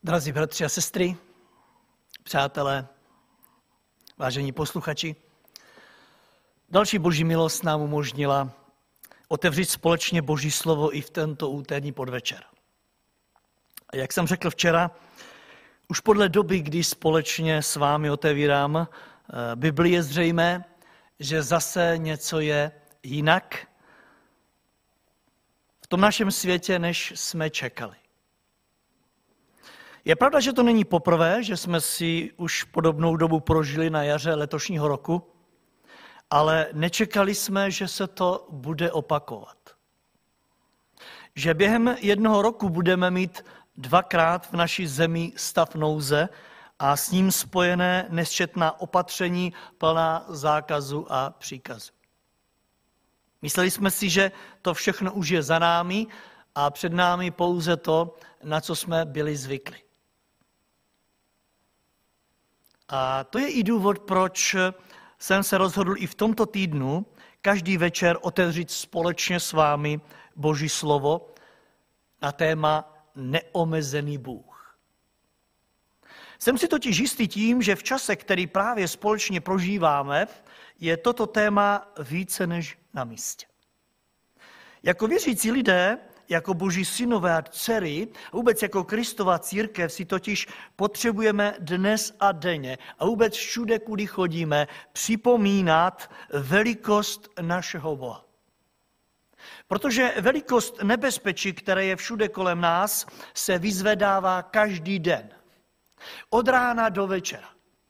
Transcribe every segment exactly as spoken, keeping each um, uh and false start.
Drazí bratři a sestry, přátelé, vážení posluchači, další boží milost nám umožnila otevřít společně Boží slovo i v tento úterní podvečer. A jak jsem řekl včera, už podle doby, kdy společně s vámi otevírám Bibli, je zřejmé, že zase něco je jinak v tom našem světě, než jsme čekali. Je pravda, že to není poprvé, že jsme si už podobnou dobu prožili na jaře letošního roku, ale nečekali jsme, že se to bude opakovat. Že během jednoho roku budeme mít dvakrát v naší zemi stav nouze a s ním spojené nesčetná opatření plná zákazu a příkazu. Mysleli jsme si, že to všechno už je za námi a před námi pouze to, na co jsme byli zvyklí. A to je i důvod, proč jsem se rozhodl i v tomto týdnu každý večer otevřít společně s vámi Boží slovo na téma Neomezený Bůh. Jsem si totiž jistý tím, že v čase, který právě společně prožíváme, je toto téma více než na místě. Jako věřící lidé, jako Boží synové a dcery, vůbec jako Kristova církev si totiž potřebujeme dnes a denně a vůbec všude, kudy chodíme, připomínat velikost našeho Boha. Protože velikost nebezpečí, které je všude kolem nás, se vyzvedává každý den. Od rána do večera.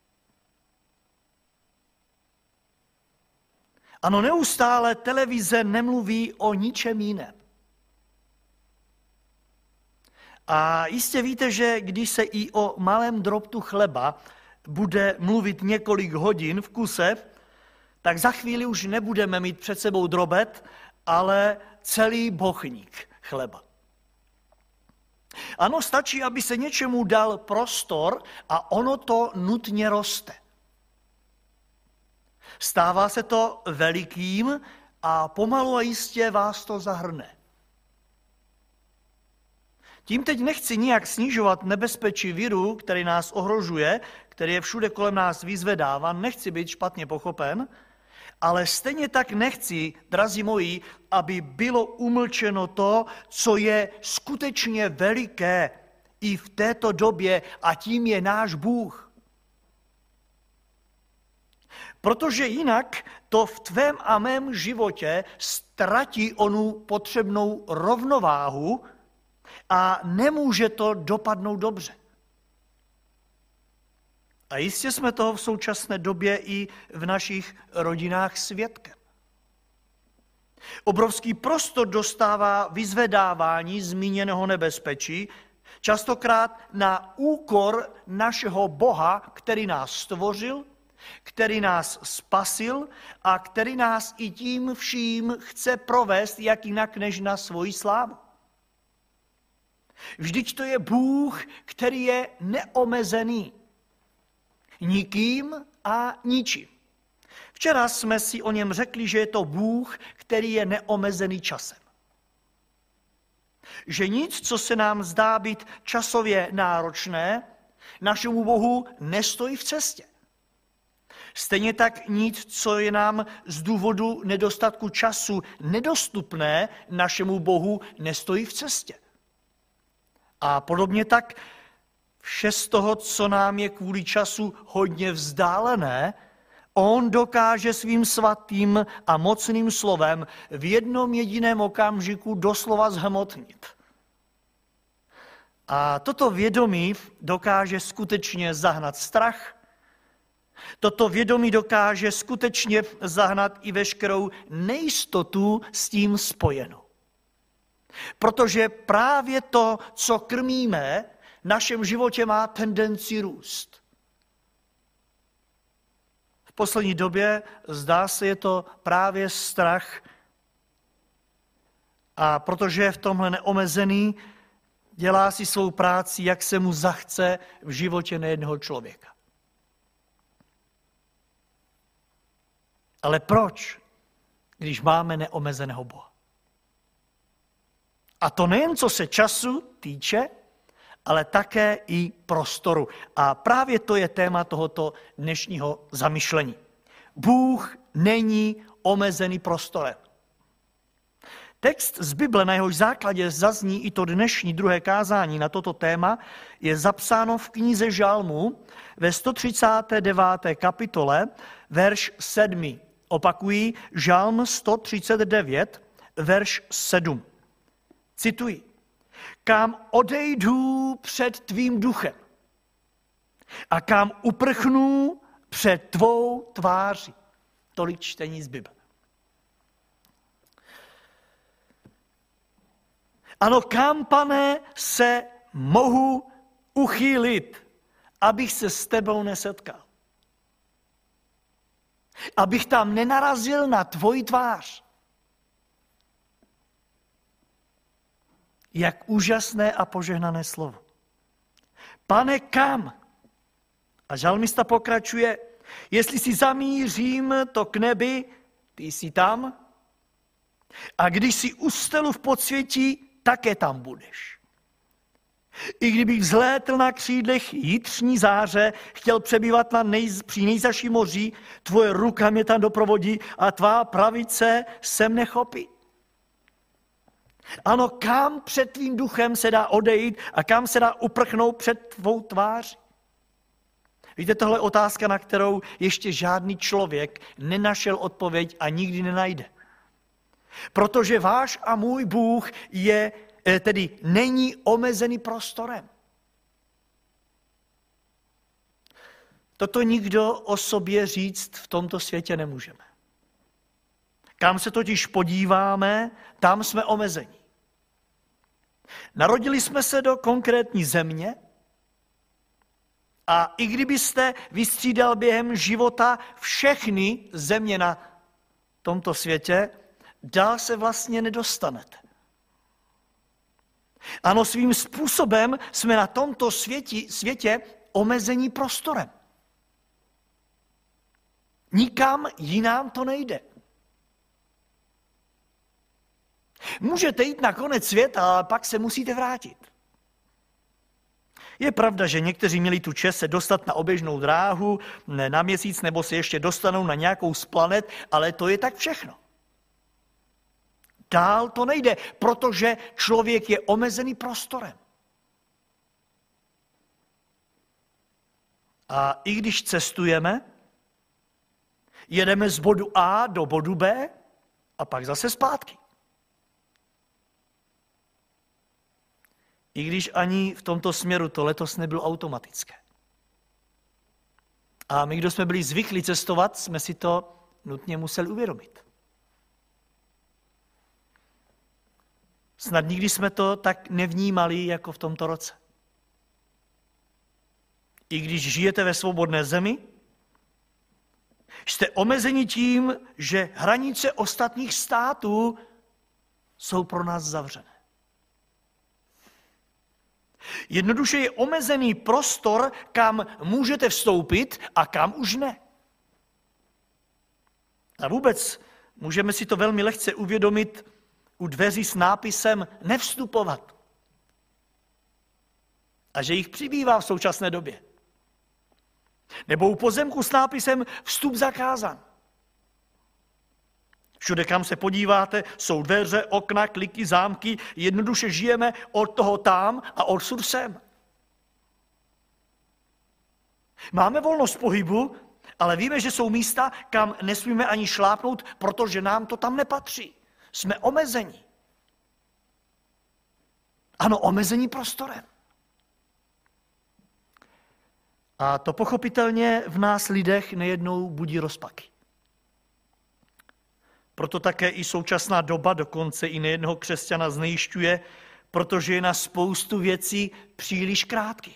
Ano, neustále televize nemluví o ničem jiném. A jistě víte, že když se i o malém drobtu chleba bude mluvit několik hodin v kuse, tak za chvíli už nebudeme mít před sebou drobet, ale celý bochník chleba. Ano, stačí, aby se něčemu dal prostor a ono to nutně roste. Stává se to velikým a pomalu a jistě vás to zahrne. Tím teď nechci nijak snižovat nebezpečí viru, který nás ohrožuje, který je všude kolem nás vyzvedáván, nechci být špatně pochopen, ale stejně tak nechci, drazí moji, aby bylo umlčeno to, co je skutečně veliké i v této době, a tím je náš Bůh. Protože jinak to v tvém a mém životě ztratí onu potřebnou rovnováhu a nemůže to dopadnout dobře. A jistě jsme toho v současné době i v našich rodinách svědkem. Obrovský prostor dostává vyzvedávání zmíněného nebezpečí, častokrát na úkor našeho Boha, který nás stvořil, který nás spasil a který nás i tím vším chce provést, jak jinak než na svoji slávu. Vždyť to je Bůh, který je neomezený. Nikým a ničím. Včera jsme si o něm řekli, že je to Bůh, který je neomezený časem. Že nic, co se nám zdá být časově náročné, našemu Bohu nestojí v cestě. Stejně tak nic, co je nám z důvodu nedostatku času nedostupné, našemu Bohu nestojí v cestě. A podobně tak vše z toho, co nám je kvůli času hodně vzdálené, on dokáže svým svatým a mocným slovem v jednom jediném okamžiku doslova zhmotnit. A toto vědomí dokáže skutečně zahnat strach, toto vědomí dokáže skutečně zahnat i veškerou nejistotu s tím spojenou. Protože právě to, co krmíme, v našem životě má tendenci růst. V poslední době zdá se, je to právě strach, a protože je v tomhle neomezený, dělá si svou práci, jak se mu zachce v životě nejednoho člověka. Ale proč, když máme neomezeného Boha? A to nejen co se času týče, ale také i prostoru. A právě to je téma tohoto dnešního zamyšlení. Bůh není omezený prostorem. Text z Bible, na jehož základě zazní i to dnešní druhé kázání na toto téma, je zapsáno v knize Žalmů ve sto třicáté deváté kapitole, verš sedm. Opakuji, Žalm sto třicet devět, verš sedm. Cituji. Kam odejdu před tvým duchem a kam uprchnu před tvou tváří. Tolik čtení z Bible. Ano, kam, Pane, se mohu uchýlit, abych se s tebou nesetkal. Abych tam nenarazil na tvoji tvář. Jak úžasné a požehnané slovo. Pane, kam? A žalmista pokračuje, jestli si zamířím to k nebi, ty jsi tam. A když si ustelu v podsvětí, také tam budeš. I kdybych vzlétl na křídlech jitřní záře, chtěl přebývat na nej, při nejzaším moří, tvoje ruka mě tam doprovodí a tvá pravice se mne chopí. Ano, kam před tvým duchem se dá odejít a kam se dá uprchnout před tvou tváří? Víte, tohle je otázka, na kterou ještě žádný člověk nenašel odpověď a nikdy nenajde. Protože váš a můj Bůh je, tedy není omezený prostorem. Toto nikdo o sobě říct v tomto světě nemůžeme. Kam se totiž podíváme, tam jsme omezeni. Narodili jsme se do konkrétní země a i kdybyste vystřídal během života všechny země na tomto světě, dál se vlastně nedostanete. Ano, svým způsobem jsme na tomto světě, světě omezení prostorem. Nikam jinam to nejde. Můžete jít na konec světa, ale pak se musíte vrátit. Je pravda, že někteří měli tu čest se dostat na oběžnou dráhu, na měsíc, nebo se ještě dostanou na nějakou z planet, ale to je tak všechno. Dál to nejde, protože člověk je omezený prostorem. A i když cestujeme, jedeme z bodu A do bodu B a pak zase zpátky. I když ani v tomto směru to letos nebylo automatické. A my, kdo jsme byli zvyklí cestovat, jsme si to nutně museli uvědomit. Snad nikdy jsme to tak nevnímali, jako v tomto roce. I když žijete ve svobodné zemi, jste omezeni tím, že hranice ostatních států jsou pro nás zavřené. Jednoduše je omezený prostor, kam můžete vstoupit a kam už ne. A vůbec můžeme si to velmi lehce uvědomit u dveří s nápisem nevstupovat. A že jich přibývá v současné době. Nebo u pozemku s nápisem vstup zakázán. Všude, kam se podíváte, jsou dveře, okna, kliky, zámky. Jednoduše žijeme od toho tam a odsud sem. Máme volnost pohybu, ale víme, že jsou místa, kam nesmíme ani šlápnout, protože nám to tam nepatří. Jsme omezeni. Ano, omezení prostorem. A to pochopitelně v nás lidech nejednou budí rozpaky. Proto také i současná doba, dokonce i nejednoho křesťana znejišťuje, protože je na spoustu věcí příliš krátký.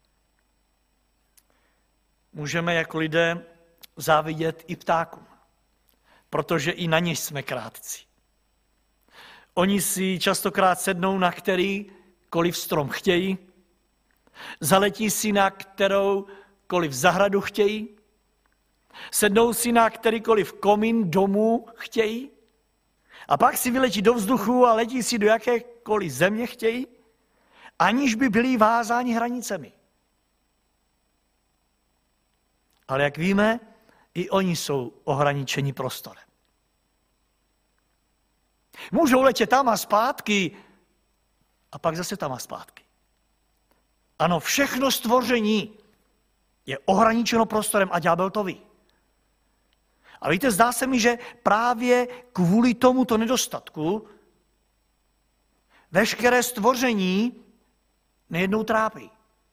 Můžeme jako lidé závidět i ptákům, protože i na ně jsme krátcí. Oni si častokrát sednou na kterýkoliv strom chtějí, zaletí si na kteroukoliv zahradu chtějí, sednou si na kterýkoliv komín domů chtějí a pak si vyletí do vzduchu a letí si do jakékoliv země chtějí aniž by byli vázáni hranicemi. Ale jak víme, i oni jsou ohraničeni prostorem. Můžou letět tam a zpátky a pak zase tam a zpátky. Ano, všechno stvoření je ohraničeno prostorem a ďábel to ví. A víte, zdá se mi, že právě kvůli tomuto nedostatku veškeré stvoření nejednou trápí.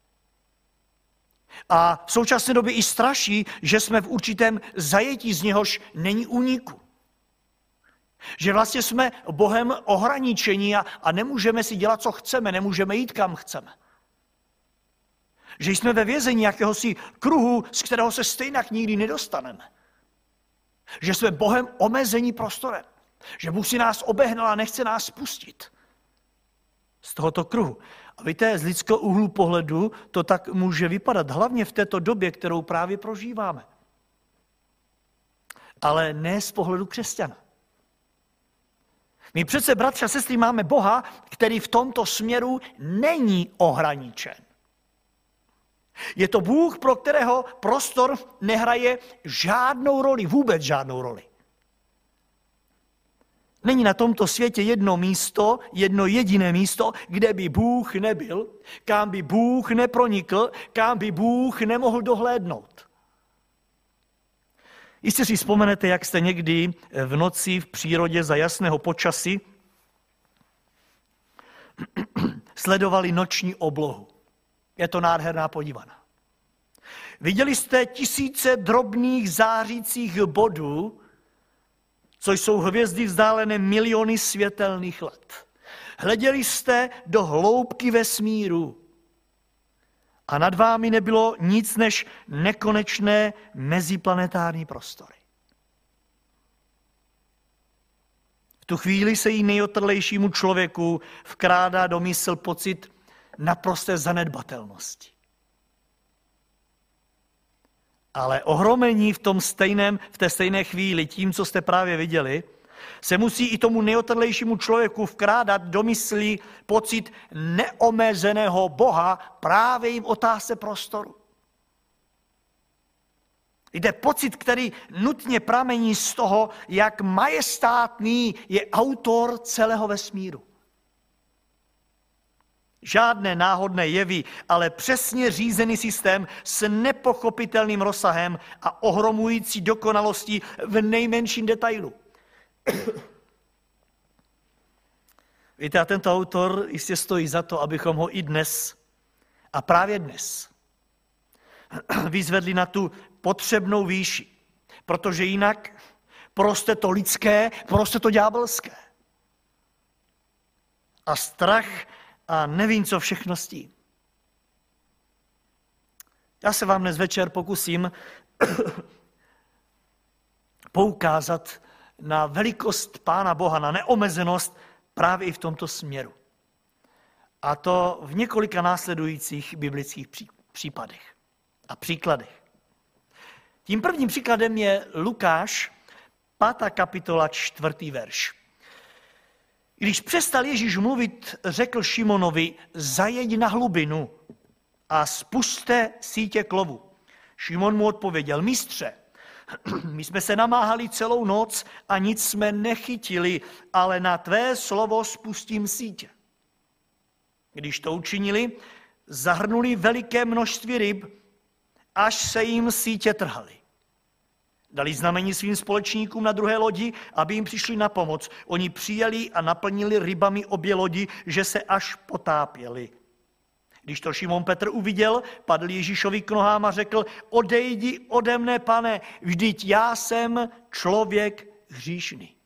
A v současné době i straší, že jsme v určitém zajetí, z něhož není úniku. Že vlastně jsme Bohem ohraničení a, a nemůžeme si dělat, co chceme, nemůžeme jít, kam chceme. Že jsme ve vězení jakéhosi kruhu, z kterého se stejně nikdy nedostaneme. Že jsme Bohem omezení prostorem. Že Bůh si nás obehnal a nechce nás spustit z tohoto kruhu. A víte, z lidského úhlu pohledu to tak může vypadat, hlavně v této době, kterou právě prožíváme. Ale ne z pohledu křesťana. My přece, bratři a sestry, máme Boha, který v tomto směru není ohraničen. Je to Bůh, pro kterého prostor nehraje žádnou roli, vůbec žádnou roli. Není na tomto světě jedno místo, jedno jediné místo, kde by Bůh nebyl, kam by Bůh nepronikl, kam by Bůh nemohl dohlédnout. Jistě si vzpomenete, jak jste někdy v noci v přírodě za jasného počasí sledovali noční oblohu. Je to nádherná podívaná. Viděli jste tisíce drobných zářících bodů, co jsou hvězdy vzdálené miliony světelných let. Hleděli jste do hloubky vesmíru a nad vámi nebylo nic než nekonečné meziplanetární prostory. V tu chvíli se jí nejotrlejšímu člověku vkrádá do mysl pocit naprosté zanedbatelnosti. Ale ohromení v, tom stejném, v té stejné chvíli tím, co jste právě viděli, se musí i tomu nejotrlejšímu člověku vkrádat do myslí pocit neomezeného Boha právě i v otázce prostoru. Jde pocit, který nutně pramení z toho, jak majestátný je autor celého vesmíru. Žádné náhodné jevy, ale přesně řízený systém s nepochopitelným rozsahem a ohromující dokonalostí v nejmenším detailu. Víte, a tento autor jistě stojí za to, abychom ho i dnes, a právě dnes, vyzvedli na tu potřebnou výši. Protože jinak prostě to lidské, prostě to ďábelské. A strach a nevím, co všechno s tím. Já se vám dnes večer pokusím poukázat na velikost Pána Boha, na neomezenost právě i v tomto směru. A to v několika následujících biblických případech a příkladech. Tím prvním příkladem je Lukáš, pátá kapitola, čtvrtý verš. Když přestal Ježíš mluvit, řekl Šimonovi, zajeď na hlubinu a spuste sítě k lovu. Šimon mu odpověděl, mistře, my jsme se namáhali celou noc a nic jsme nechytili, ale na tvé slovo spustím sítě. Když to učinili, zahrnuli veliké množství ryb, až se jim sítě trhaly. Dali znamení svým společníkům na druhé lodi, aby jim přišli na pomoc. Oni přijeli a naplnili rybami obě lodi, že se až potápěli. Když to Šimon Petr uviděl, padl Ježíšovi k nohám a řekl, odejdi ode mne, pane, vždyť já jsem člověk hříšný.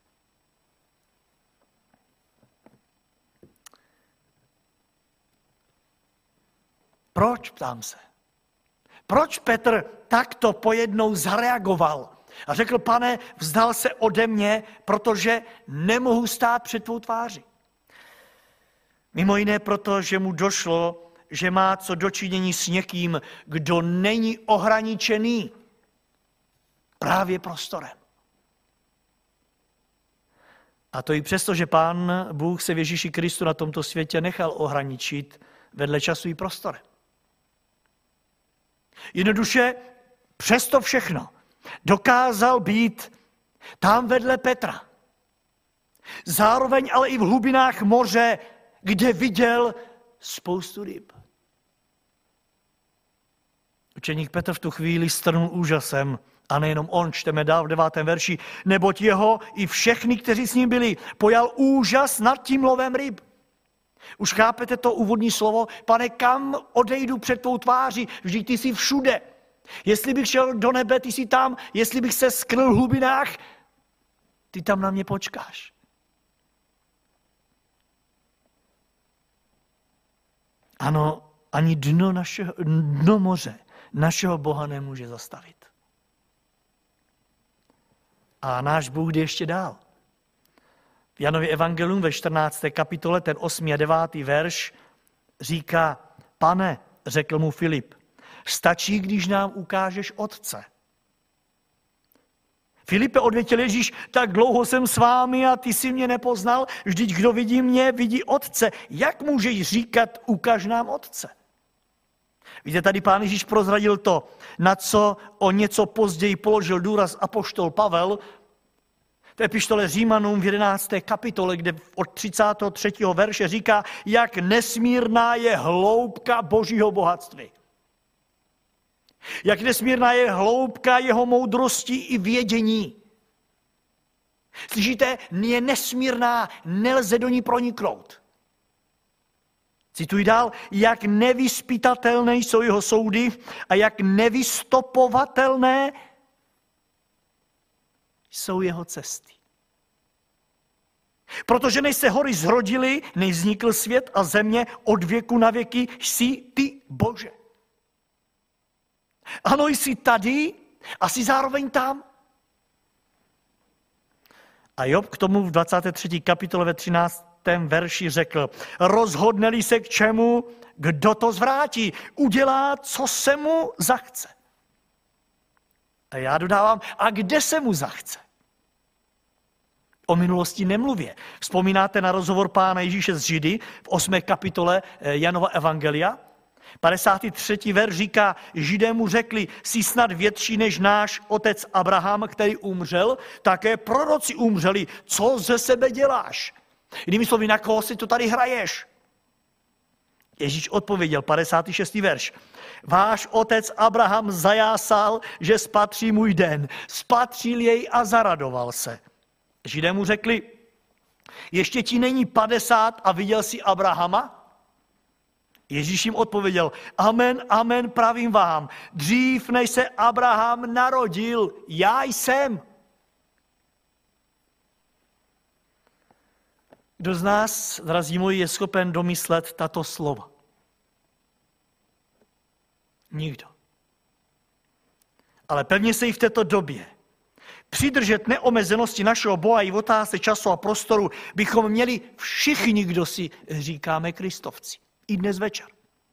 Proč, ptám se? Proč Petr takto pojednou zareagoval a řekl, pane, vzdal se ode mě, protože nemohu stát před tvou tváří? Mimo jiné proto, že mu došlo, že má co dočinění s někým, kdo není ohraničený právě prostorem. A to i přesto, že Pán Bůh se v Ježíši Kristu na tomto světě nechal ohraničit vedle času i prostor. Jednoduše přesto všechno dokázal být tam vedle Petra. Zároveň ale i v hlubinách moře, kde viděl spoustu ryb. Učeník Petr v tu chvíli strnul úžasem, a nejenom on, čteme dál v devátém verši, neboť jeho i všechny, kteří s ním byli, pojal úžas nad tím lovem ryb. Už chápete to úvodní slovo? Pane, kam odejdu před tvou tváří? Vždyť ty jsi všude. Jestli bych šel do nebe, ty jsi tam. Jestli bych se skryl v hlubinách, ty tam na mě počkáš. Ano, ani dno, našeho, dno moře našeho Boha nemůže zastavit. A náš Bůh jde ještě dál. V Janově evangelium ve čtrnácté kapitole, ten osmý a devátý verš, říká, Pane, řekl mu Filip, stačí, když nám ukážeš Otce. Filipe, odvětil Ježíš, tak dlouho jsem s vámi a ty jsi mě nepoznal, vždyť kdo vidí mě, vidí Otce. Jak můžeš říkat, ukaž nám Otce? Víte, tady Pán Ježíš prozradil to, na co o něco později položil důraz apoštol Pavel, v epištole Římanům v jedenácté kapitole, kde od třicátého třetího verše říká, jak nesmírná je hloubka Božího bohatství. Jak nesmírná je hloubka jeho moudrosti i vědění. Slyšíte, je nesmírná, nelze do ní proniknout. Cituji dál, jak nevyzpytatelné jsou jeho soudy a jak nevystopovatelné jsou jeho cesty. Protože než se hory zrodily, než vznikl svět a země, od věku na věky jsi ty, Bože. Ano, jsi tady a jsi zároveň tam. A Job k tomu v dvacáté třetí kapitole ve třináctém verši řekl, rozhodne-li se k čemu, kdo to zvrátí, udělá, co se mu zachce. A já dodávám, a kde se mu zachce? O minulosti nemluvě. Vzpomínáte na rozhovor Pána Ježíše s Židy v osmé kapitole Janova evangelia? padesátý třetí verš říká, Židé mu řekli, jsi snad větší než náš otec Abraham, který umřel, také proroci umřeli, co ze sebe děláš? Jinými slovy, na koho si to tady hraješ? Ježíš odpověděl, padesátý šestý verš, váš otec Abraham zajásal, že spatří můj den, spatřil jej a zaradoval se. Židé mu řekli, ještě ti není padesát a viděl jsi Abrahama? Ježíš jim odpověděl, amen, amen, pravím vám, dřív než se Abraham narodil, já jsem. Kdo z nás, drazí moji, je schopen domyslet tato slova? Nikdo. Ale pevně se i v této době přidržet neomezenosti našeho Boha i v otázce času a prostoru bychom měli všichni, kdo si říkáme kristovci. I dnes večer.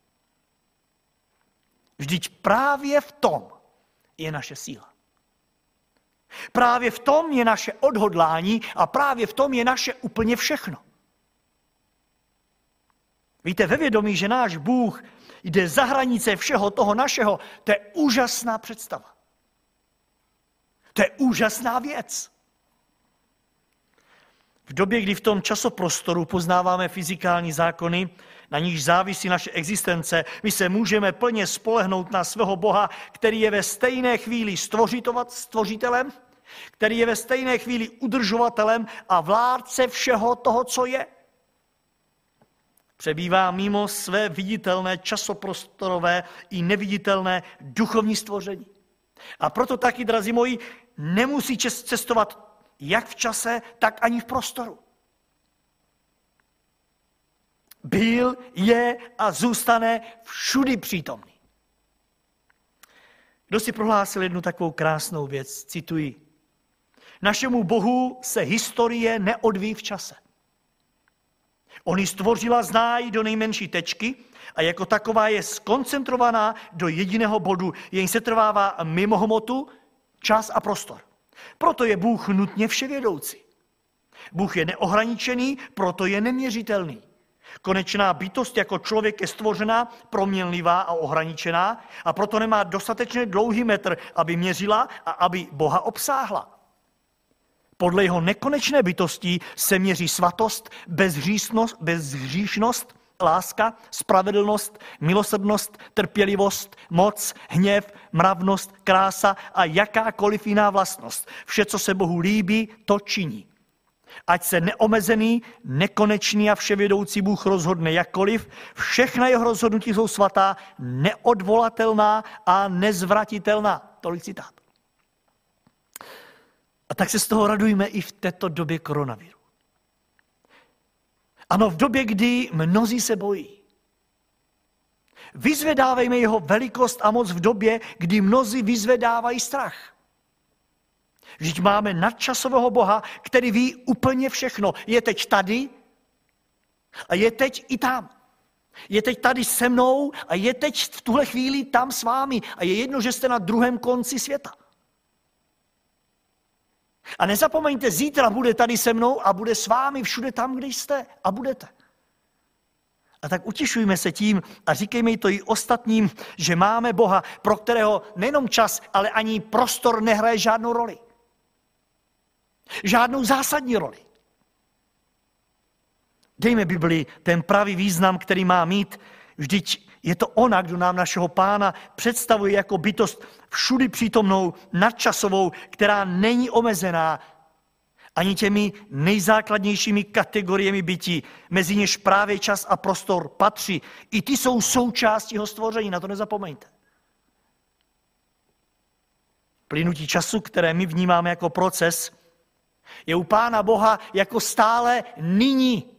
Vždyť právě v tom je naše síla. Právě v tom je naše odhodlání a právě v tom je naše úplně všechno. Víte, ve vědomí, že náš Bůh jde za hranice všeho toho našeho, to je úžasná představa. To je úžasná věc. V době, kdy v tom časoprostoru poznáváme fyzikální zákony, na níž závisí naše existence, my se můžeme plně spolehnout na svého Boha, který je ve stejné chvíli stvořitelem, který je ve stejné chvíli udržovatelem a vládce všeho toho, co je. Přebývá mimo své viditelné časoprostorové i neviditelné duchovní stvoření. A proto taky, drazí moji, nemusí cestovat jak v čase, tak ani v prostoru. Byl, je a zůstane všudy přítomný. Kdo si prohlásil jednu takovou krásnou věc, cituji. Našemu Bohu se historie neodvíjí v čase. On ji stvořila, zná ji do nejmenší tečky a jako taková je skoncentrovaná do jediného bodu, jen se trvává mimo hmotu, čas a prostor. Proto je Bůh nutně vševědoucí. Bůh je neohraničený, proto je neměřitelný. Konečná bytost jako člověk je stvořená, proměnlivá a ohraničená a proto nemá dostatečně dlouhý metr, aby měřila a aby Boha obsáhla. Podle jeho nekonečné bytosti se měří svatost, bezhříšnost, bezhříšnost, láska, spravedlnost, milosrdnost, trpělivost, moc, hněv, mravnost, krása a jakákoliv jiná vlastnost. Vše, co se Bohu líbí, to činí. Ať se neomezený, nekonečný a vševědoucí Bůh rozhodne jakkoliv, všechna jeho rozhodnutí jsou svatá, neodvolatelná a nezvratitelná. Tolik citát. A tak se z toho radujme i v této době koronaviru. Ano, v době, kdy mnozí se bojí. Vyzvedávejme jeho velikost a moc v době, kdy mnozí vyzvedávají strach. Vždyť máme nadčasového Boha, který ví úplně všechno. Je teď tady a je teď i tam. Je teď tady se mnou a je teď v tuhle chvíli tam s vámi. A je jedno, že jste na druhém konci světa. A nezapomeňte, zítra bude tady se mnou a bude s vámi všude tam, kde jste a budete. A tak utišujme se tím a říkejme to i ostatním, že máme Boha, pro kterého nejenom čas, ale ani prostor nehraje žádnou roli. Žádnou zásadní roli. Dejme Bibli ten pravý význam, který má mít. Vždyť je to ona, kdo nám našeho Pána představuje jako bytost všudy přítomnou, nadčasovou, která není omezená ani těmi nejzákladnějšími kategoriemi bytí, mezi něž právě čas a prostor patří. I ty jsou součástí jeho stvoření, na to nezapomeňte. Plynutí času, které my vnímáme jako proces, je u Pána Boha jako stále nyní.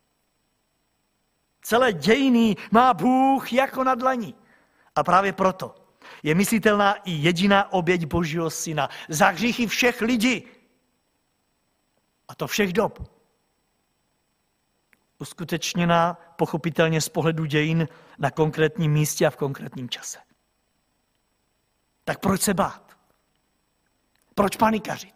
Celé dějiny má Bůh jako na dlani. A právě proto je myslitelná i jediná oběť Božího Syna za hříchy všech lidí. A to všech dob. Uskutečněná pochopitelně z pohledu dějin na konkrétním místě a v konkrétním čase. Tak proč se bát? Proč panikařit?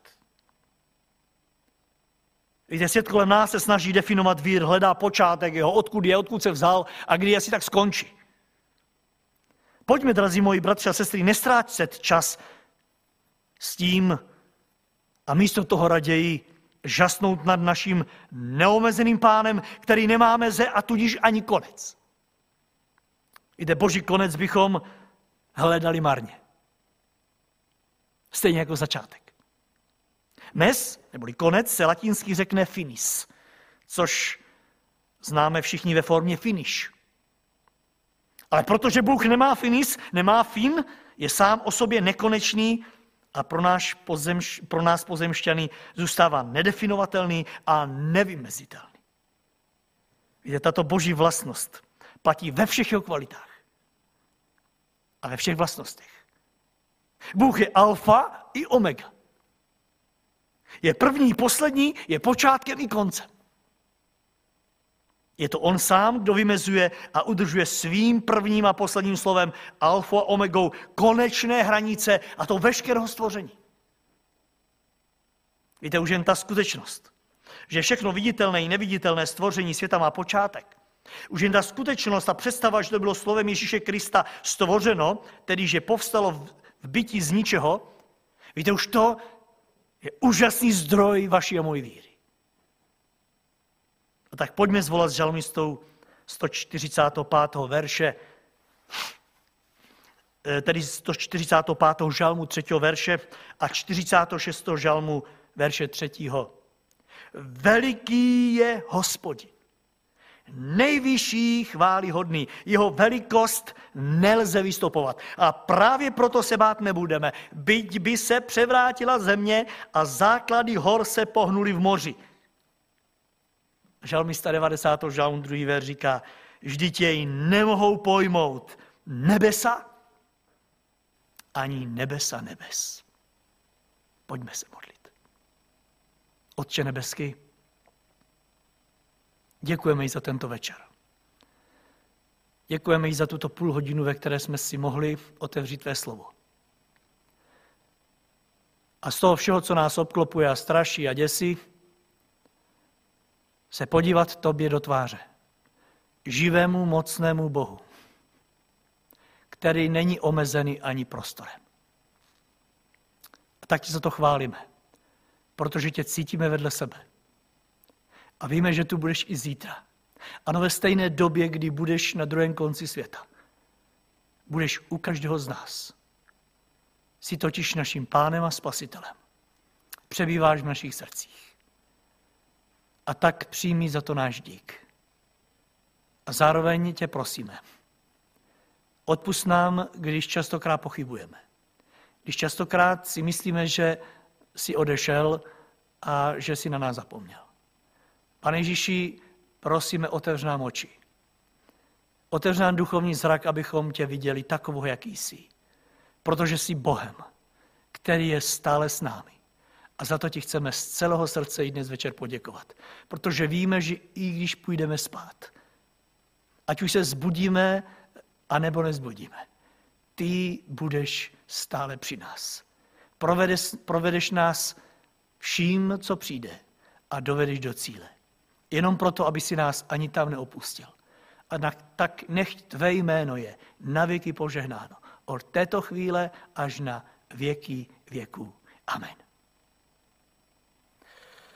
Víte, svět kolem nás se snaží definovat vír, hledá počátek jeho, odkud je, odkud se vzal a kdy asi tak skončí. Pojďme, drazí moji bratři a sestry, nestrácet čas s tím a místo toho raději žasnout nad naším neomezeným Pánem, který nemá meze a tudíž ani konec. Víte, Boží konec bychom hledali marně. Stejně jako začátek. Mez, neboli konec, se latinsky řekne finis, což známe všichni ve formě finish. Ale protože Bůh nemá finis, nemá fin, je sám o sobě nekonečný a pro, náš pozemš, pro nás pozemšťany zůstává nedefinovatelný a nevymezitelný. Víte, tato boží vlastnost platí ve všech jeho kvalitách a ve všech vlastnostech. Bůh je alfa i omega. Je první, poslední, je počátkem i koncem. Je to on sám, kdo vymezuje a udržuje svým prvním a posledním slovem alfa a omegou konečné hranice a to veškerého stvoření. Víte, už jen ta skutečnost, že všechno viditelné i neviditelné stvoření světa má počátek. Už jen ta skutečnost a představa, že to bylo slovem Ježíše Krista stvořeno, tedy že povstalo v bytí z ničeho, víte, už to je úžasný zdroj vaší a mojí víry. A tak pojďme zvolat s žalmistou sto čtyřicátého pátého verše, tedy sto čtyřicátého pátého žalmu třetího verše a čtyřicátého šestého žalmu verše třetího. Veliký je Hospodin, nejvyšší chvályhodný, jeho velikost nelze vystupovat. A právě proto se bát nebudeme, byť by se převrátila země a základy hor se pohnuly v moři. Žalmista devadesátého žalmu druhý verš říká, vždyť jej nemohou pojmout nebesa ani nebesa nebes. Pojďme se modlit. Otče nebeský, děkujeme jí za tento večer. Děkujeme jí za tuto půl hodinu, ve které jsme si mohli otevřít tvé slovo. A z toho všeho, co nás obklopuje a straší a děsí, se podívat tobě do tváře, živému, mocnému Bohu, který není omezený ani prostorem. A tak ti za to chválíme, protože tě cítíme vedle sebe. A víme, že tu budeš i zítra. Ano, ve stejné době, kdy budeš na druhém konci světa. Budeš u každého z nás. Jsi totiž naším Pánem a Spasitelem. Přebýváš v našich srdcích. A tak přijmi za to náš dík. A zároveň tě prosíme, odpusť nám, když častokrát pochybujeme. Když častokrát si myslíme, že jsi odešel a že jsi na nás zapomněl. Pane Ježíši, prosíme, otevř nám oči. Otevř nám duchovní zrak, abychom tě viděli takovou, jaký jsi. Protože jsi Bohem, který je stále s námi. A za to ti chceme z celého srdce i dnes večer poděkovat. Protože víme, že i když půjdeme spát, ať už se zbudíme, anebo nezbudíme, ty budeš stále při nás. Provedeš, provedeš nás vším, co přijde a dovedeš do cíle. Jenom proto, aby si nás ani tam neopustil. A na, tak nech tvé jméno je na věky požehnáno. Od této chvíle až na věky věků. Amen.